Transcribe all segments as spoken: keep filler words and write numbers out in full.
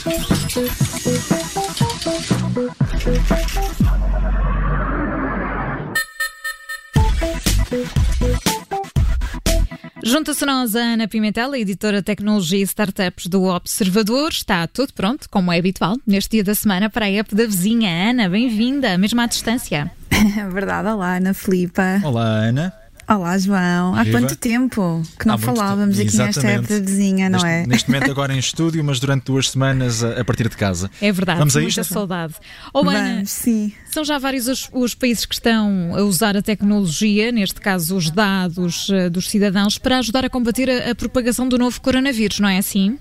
Junta-se a nós a Ana Pimentel, a editora de Tecnologia e Startups do Observador. Está tudo pronto, como é habitual, neste dia da semana para a app da vizinha. Ana, bem-vinda, mesmo à distância. É verdade, olá Ana Filipa. Olá Ana. Olá João, há Viva. Quanto tempo que não Há muito falávamos tempo. aqui nesta app da vizinha, não neste, é? Neste momento agora em estúdio, mas durante duas semanas a, a partir de casa. É verdade, Vamos a muita isto? saudade. Oh, Ana, Vamos, sim. São já vários os, os países que estão a usar a tecnologia, neste caso os dados uh, dos cidadãos, para ajudar a combater a, a propagação do novo coronavírus, não é assim?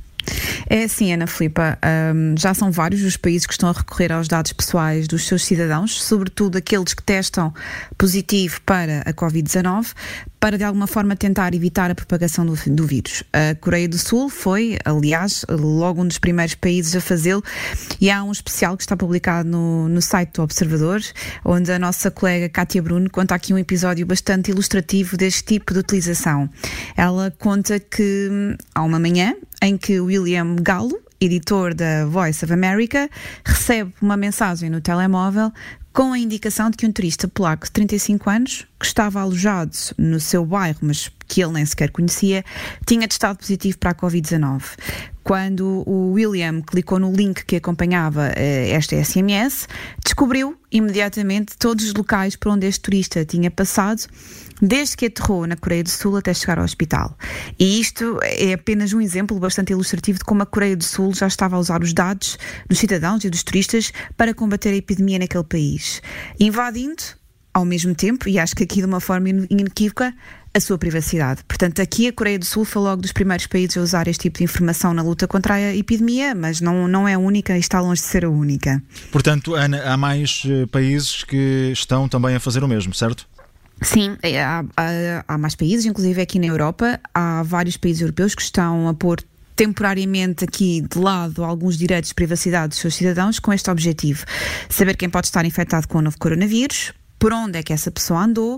É assim, Ana Filipa, um, já são vários os países que estão a recorrer aos dados pessoais dos seus cidadãos, sobretudo aqueles que testam positivo para a covid dezanove, para de alguma forma tentar evitar a propagação do, do vírus. A Coreia do Sul foi, aliás, logo um dos primeiros países a fazê-lo, e há um especial que está publicado no, no site do Observador, onde a nossa colega Cátia Bruno conta aqui um episódio bastante ilustrativo deste tipo de utilização. Ela conta que há uma manhã em que William Gallo, editor da Voice of America, recebe uma mensagem no telemóvel com a indicação de que um turista polaco de trinta e cinco anos, que estava alojado no seu bairro, mas que ele nem sequer conhecia, tinha testado positivo para a covid dezanove. Quando o William clicou no link que acompanhava eh, esta S M S, descobriu imediatamente todos os locais por onde este turista tinha passado, desde que aterrou na Coreia do Sul até chegar ao hospital. E isto é apenas um exemplo bastante ilustrativo de como a Coreia do Sul já estava a usar os dados dos cidadãos e dos turistas para combater a epidemia naquele país, invadindo, ao mesmo tempo, e acho que aqui de uma forma inequívoca, a sua privacidade. Portanto, aqui a Coreia do Sul foi logo dos primeiros países a usar este tipo de informação na luta contra a epidemia, mas não, não é a única e está longe de ser a única. Portanto, Ana, há mais uh, países que estão também a fazer o mesmo, certo? Sim, há, há, há mais países, inclusive aqui na Europa, há vários países europeus que estão a pôr temporariamente aqui de lado alguns direitos de privacidade dos seus cidadãos com este objetivo: saber quem pode estar infectado com o novo coronavírus, por onde é que essa pessoa andou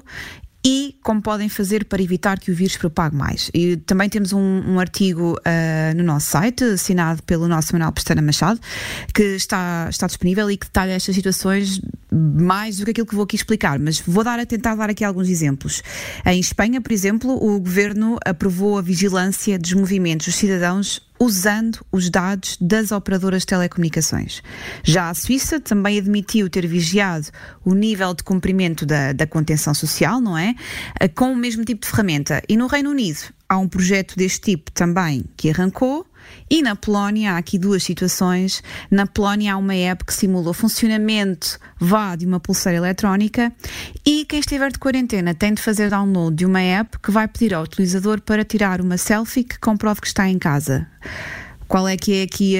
e como podem fazer para evitar que o vírus propague mais. E também temos um, um artigo uh, no nosso site, assinado pelo nosso Manuel Pestana Machado, que está, está disponível e que detalha estas situações mais do que aquilo que vou aqui explicar, mas vou dar a tentar dar aqui alguns exemplos. Em Espanha, por exemplo, o governo aprovou a vigilância dos movimentos dos cidadãos usando os dados das operadoras de telecomunicações. Já a Suíça também admitiu ter vigiado o nível de cumprimento da, da contenção social, não é? Com o mesmo tipo de ferramenta. E no Reino Unido há um projeto deste tipo também que arrancou. E na Polónia há aqui duas situações. Na Polónia há uma app que simula o funcionamento vá de uma pulseira eletrónica, e quem estiver de quarentena tem de fazer download de uma app que vai pedir ao utilizador para tirar uma selfie que comprove que está em casa. Qual é que é aqui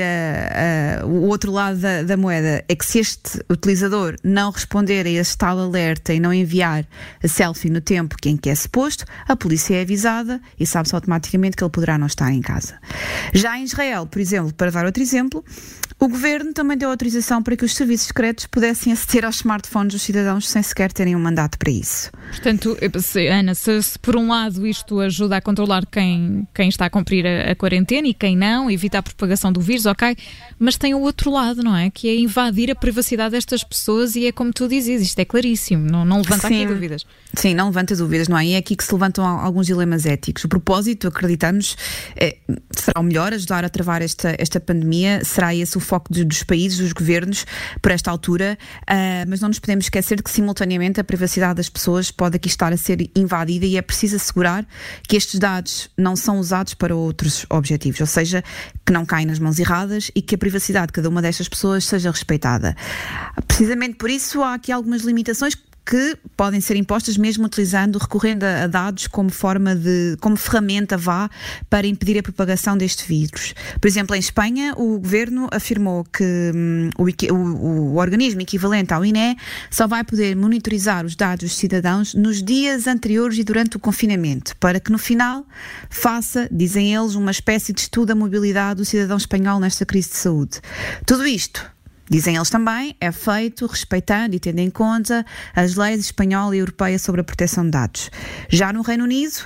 a, a, o outro lado da, da moeda? É que se este utilizador não responder a esse tal alerta e não enviar a selfie no tempo em que é suposto, a polícia é avisada e sabe-se automaticamente que ele poderá não estar em casa. Já em Israel, por exemplo, para dar outro exemplo, o governo também deu autorização para que os serviços secretos pudessem aceder aos smartphones dos cidadãos sem sequer terem um mandato para isso. Portanto, se, Ana, se, se por um lado isto ajuda a controlar quem, quem está a cumprir a, a quarentena e quem não, evitar a propagação do vírus, ok, mas tem o outro lado, não é? Que é invadir a privacidade destas pessoas, e é como tu dizes, isto é claríssimo, não, não levanta Sim. aqui dúvidas. Sim, não levanta dúvidas, não é? E é aqui que se levantam alguns dilemas éticos. O propósito, acreditamos, é, será o melhor, ajudar a travar esta, esta pandemia, será esse o foco de, dos países, dos governos, por esta altura, uh, mas não nos podemos esquecer de que simultaneamente a privacidade das pessoas pode aqui estar a ser invadida, e é preciso assegurar que estes dados não são usados para outros objetivos, ou seja, que não caem nas mãos erradas e que a privacidade de cada uma destas pessoas seja respeitada. Precisamente por isso há aqui algumas limitações que podem ser impostas mesmo utilizando, recorrendo a dados como forma de, como ferramenta vá, para impedir a propagação deste vírus. Por exemplo, em Espanha, o governo afirmou que hum, o, o, o organismo equivalente ao I N E só vai poder monitorizar os dados dos cidadãos nos dias anteriores e durante o confinamento, para que no final faça, dizem eles, uma espécie de estudo da mobilidade do cidadão espanhol nesta crise de saúde. Tudo isto, dizem eles também, é feito respeitando e tendo em conta as leis espanhola e europeia sobre a proteção de dados. Já no Reino Unido,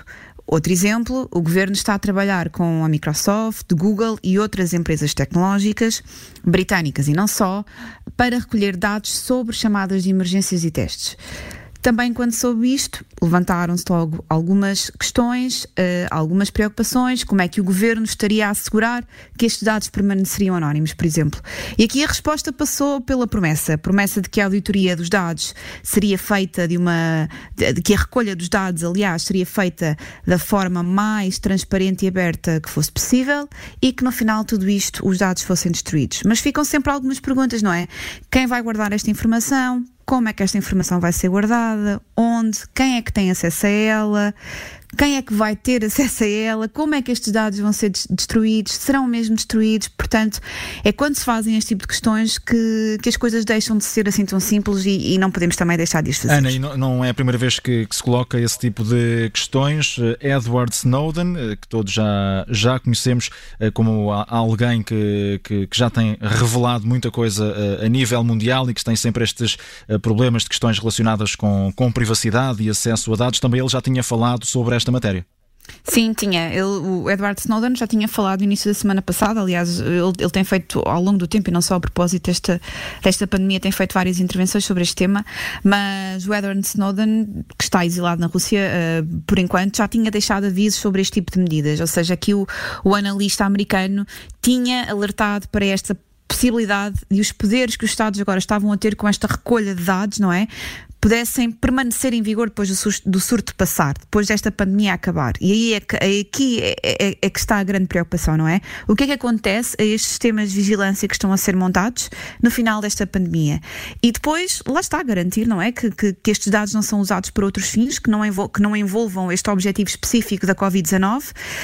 Outro exemplo, o governo está a trabalhar com a Microsoft, Google e outras empresas tecnológicas, britânicas e não só, para recolher dados sobre chamadas de emergências e testes. Também, quando soube isto, levantaram-se logo algumas questões, uh, algumas preocupações, como é que o governo estaria a assegurar que estes dados permaneceriam anónimos, por exemplo. E aqui a resposta passou pela promessa, a promessa de que a auditoria dos dados seria feita de uma... de, de que a recolha dos dados, aliás, seria feita da forma mais transparente e aberta que fosse possível e que no final tudo isto, os dados fossem destruídos. Mas ficam sempre algumas perguntas, não é? Quem vai guardar esta informação? Como é que esta informação vai ser guardada? Onde? Quem é que tem acesso a ela? Quem é que vai ter acesso a ela? Como é que estes dados vão ser destruídos? Serão mesmo destruídos? Portanto, é quando se fazem este tipo de questões que, que as coisas deixam de ser assim tão simples e, e não podemos também deixar de as fazer. Ana, e não, não é a primeira vez que, que se coloca esse tipo de questões. Edward Snowden, que todos já, já conhecemos como alguém que, que, que já tem revelado muita coisa a nível mundial e que tem sempre estes problemas de questões relacionadas com, com privacidade e acesso a dados. Também ele já tinha falado sobre esta matéria. Sim, tinha. Ele, o Edward Snowden já tinha falado no início da semana passada. Aliás, ele, ele tem feito ao longo do tempo, e não só a propósito desta, desta pandemia, tem feito várias intervenções sobre este tema. Mas o Edward Snowden, que está exilado na Rússia, uh, por enquanto, já tinha deixado avisos sobre este tipo de medidas. Ou seja, que o, o analista americano tinha alertado para esta possibilidade de os poderes que os Estados agora estavam a ter com esta recolha de dados, não é? Pudessem permanecer em vigor depois do surto, do surto passar, depois desta pandemia acabar. E aí é que, é, aqui é, é, é que está a grande preocupação, não é? O que é que acontece a estes sistemas de vigilância que estão a ser montados no final desta pandemia? E depois, lá está, garantir, não é? Que, que, que estes dados não são usados por outros fins, que não, envol, que não envolvam este objetivo específico da covid dezanove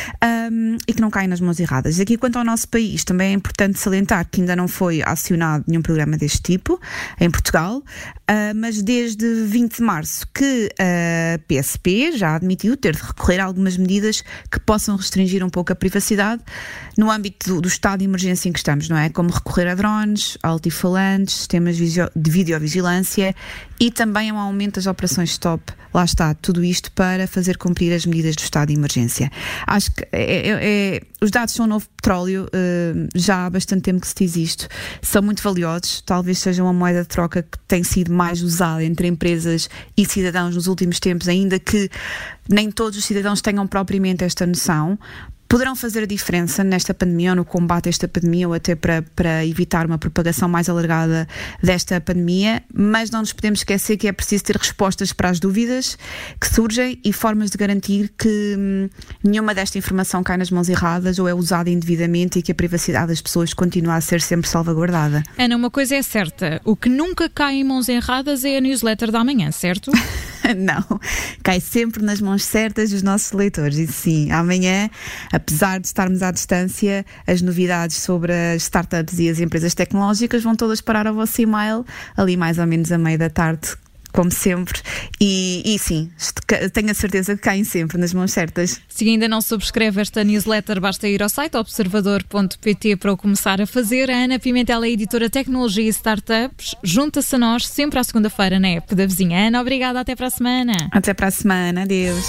um, e que não caem nas mãos erradas. Aqui, quanto ao nosso país, também é importante salientar que ainda não foi acionado nenhum programa deste tipo em Portugal, uh, mas desde vinte de março que a P S P já admitiu ter de recorrer a algumas medidas que possam restringir um pouco a privacidade no âmbito do, do estado de emergência em que estamos, não é? Como recorrer a drones, altifalantes, sistemas de videovigilância e também a um aumento das operações stop. Lá está, tudo isto para fazer cumprir as medidas do estado de emergência. Acho que é, é, é, os dados são um novo petróleo, uh, já há bastante tempo que se diz isto. São muito valiosos, talvez sejam uma moeda de troca que tem sido mais usada entre empresas e cidadãos nos últimos tempos, ainda que nem todos os cidadãos tenham propriamente esta noção. Poderão fazer a diferença nesta pandemia ou no combate a esta pandemia ou até para, para evitar uma propagação mais alargada desta pandemia, mas não nos podemos esquecer que é preciso ter respostas para as dúvidas que surgem e formas de garantir que hum, nenhuma desta informação cai nas mãos erradas ou é usada indevidamente e que a privacidade das pessoas continua a ser sempre salvaguardada. Ana, uma coisa é certa, o que nunca cai em mãos erradas é a newsletter da manhã, certo? Não, cai sempre nas mãos certas dos nossos leitores. E sim, amanhã, apesar de estarmos à distância, as novidades sobre as startups e as empresas tecnológicas vão todas parar ao vosso e-mail, ali mais ou menos a meio da tarde, como sempre. E, e sim, tenho a certeza que caem sempre nas mãos certas. Se ainda não subscreve esta newsletter, basta ir ao site observador ponto pt para o começar a fazer. A Ana Pimentel é editora Tecnologia e Startups. Junta-se a nós sempre à segunda-feira na época da vizinha. Ana, obrigada. Até para a semana. Até para a semana. Adeus.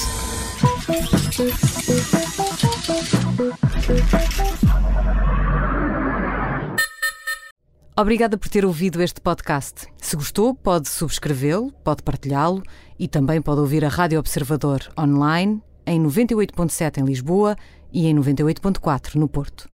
Obrigada por ter ouvido este podcast. Se gostou, pode subscrevê-lo, pode partilhá-lo e também pode ouvir a Rádio Observador online em noventa e oito ponto sete em Lisboa e em noventa e oito ponto quatro no Porto.